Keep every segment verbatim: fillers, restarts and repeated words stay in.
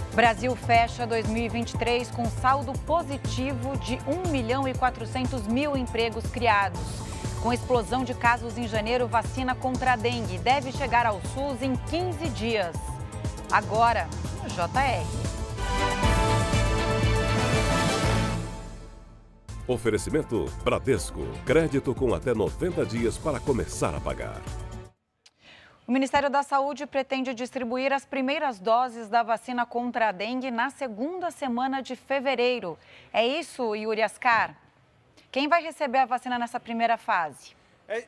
Brasil fecha dois mil e vinte e três com saldo positivo de um milhão e quatrocentos mil empregos criados. Com explosão de casos em janeiro, vacina contra a dengue deve chegar ao SUS em quinze dias. Agora, no J R. Oferecimento Bradesco. Crédito com até noventa dias para começar a pagar. O Ministério da Saúde pretende distribuir as primeiras doses da vacina contra a dengue na segunda semana de fevereiro. É isso, Yuri Ascar? Quem vai receber a vacina nessa primeira fase? É...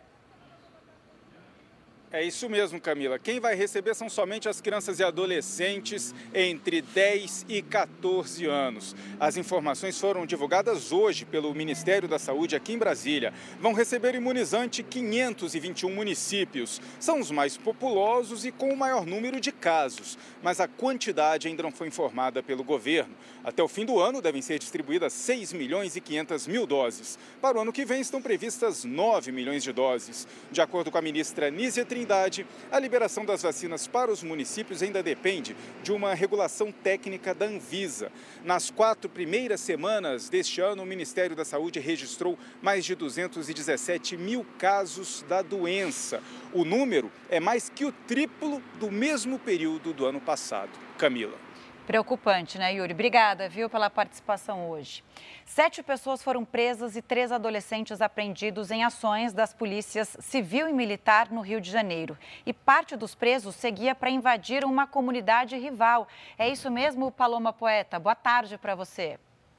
É isso mesmo, Camila. Quem vai receber são somente as crianças e adolescentes entre dez e quatorze anos. As informações foram divulgadas hoje pelo Ministério da Saúde aqui em Brasília. Vão receber imunizante quinhentos e vinte e um municípios. São os mais populosos e com o maior número de casos. Mas a quantidade ainda não foi informada pelo governo. Até o fim do ano devem ser distribuídas seis milhões e quinhentas mil doses. Para o ano que vem estão previstas nove milhões de doses. De acordo com a ministra Nízia Trindade, a liberação das vacinas para os municípios ainda depende de uma regulação técnica da Anvisa. Nas quatro primeiras semanas deste ano, o Ministério da Saúde registrou mais de duzentos e dezessete mil casos da doença. O número é mais que o triplo do mesmo período do ano passado. Camila. Preocupante, né, Yuri? Obrigada, viu, pela participação hoje. Sete pessoas foram presas e três adolescentes apreendidos em ações das polícias civil e militar no Rio de Janeiro. E parte dos presos seguia para invadir uma comunidade rival. É isso mesmo, Paloma Poeta? Boa tarde para você.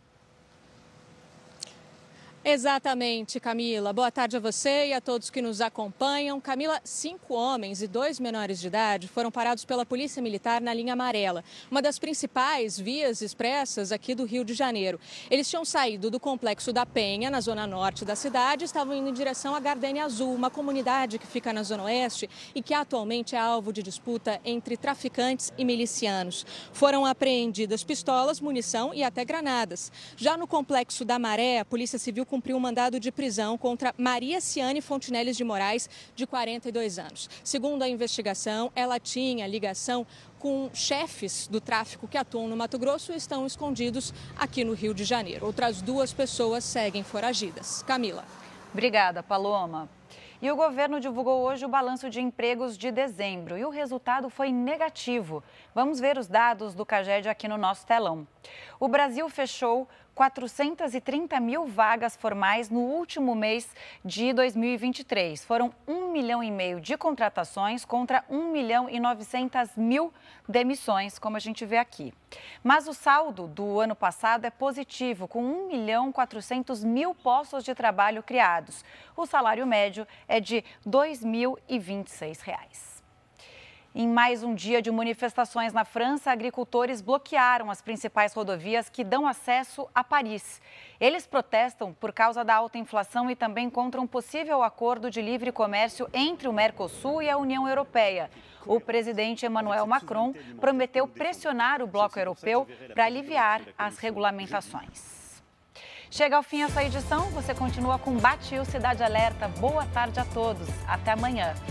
Exatamente, Camila. Boa tarde a você e a todos que nos acompanham. Camila, cinco homens e dois menores de idade foram parados pela Polícia Militar na linha amarela, uma das principais vias expressas aqui do Rio de Janeiro. Eles tinham saído do Complexo da Penha, na zona norte da cidade, e estavam indo em direção à Gardênia Azul, uma comunidade que fica na zona oeste e que atualmente é alvo de disputa entre traficantes e milicianos. Foram apreendidas pistolas, munição e até granadas. Já no Complexo da Maré, a Polícia Civil cumpriu um mandado de prisão contra Maria Ciane Fontinelles de Moraes, de quarenta e dois anos. Segundo a investigação, ela tinha ligação com chefes do tráfico que atuam no Mato Grosso e estão escondidos aqui no Rio de Janeiro. Outras duas pessoas seguem foragidas. Camila. Obrigada, Paloma. E o governo divulgou hoje o balanço de empregos de dezembro e o resultado foi negativo. Vamos ver os dados do CAGED aqui no nosso telão. O Brasil fechou quatrocentas e trinta mil vagas formais no último mês de dois mil e vinte e três. Foram um milhão e meio de contratações contra um milhão e novecentas mil demissões, como a gente vê aqui. Mas o saldo do ano passado é positivo, com um milhão e quatrocentos mil postos de trabalho criados. O salário médio é de dois mil e vinte e seis reais. Em mais um dia de manifestações na França, agricultores bloquearam as principais rodovias que dão acesso a Paris. Eles protestam por causa da alta inflação e também contra um possível acordo de livre comércio entre o Mercosul e a União Europeia. O presidente Emmanuel Macron prometeu pressionar o bloco europeu para aliviar as regulamentações. Chega ao fim essa edição, você continua com Bate o Cidade Alerta. Boa tarde a todos. Até amanhã.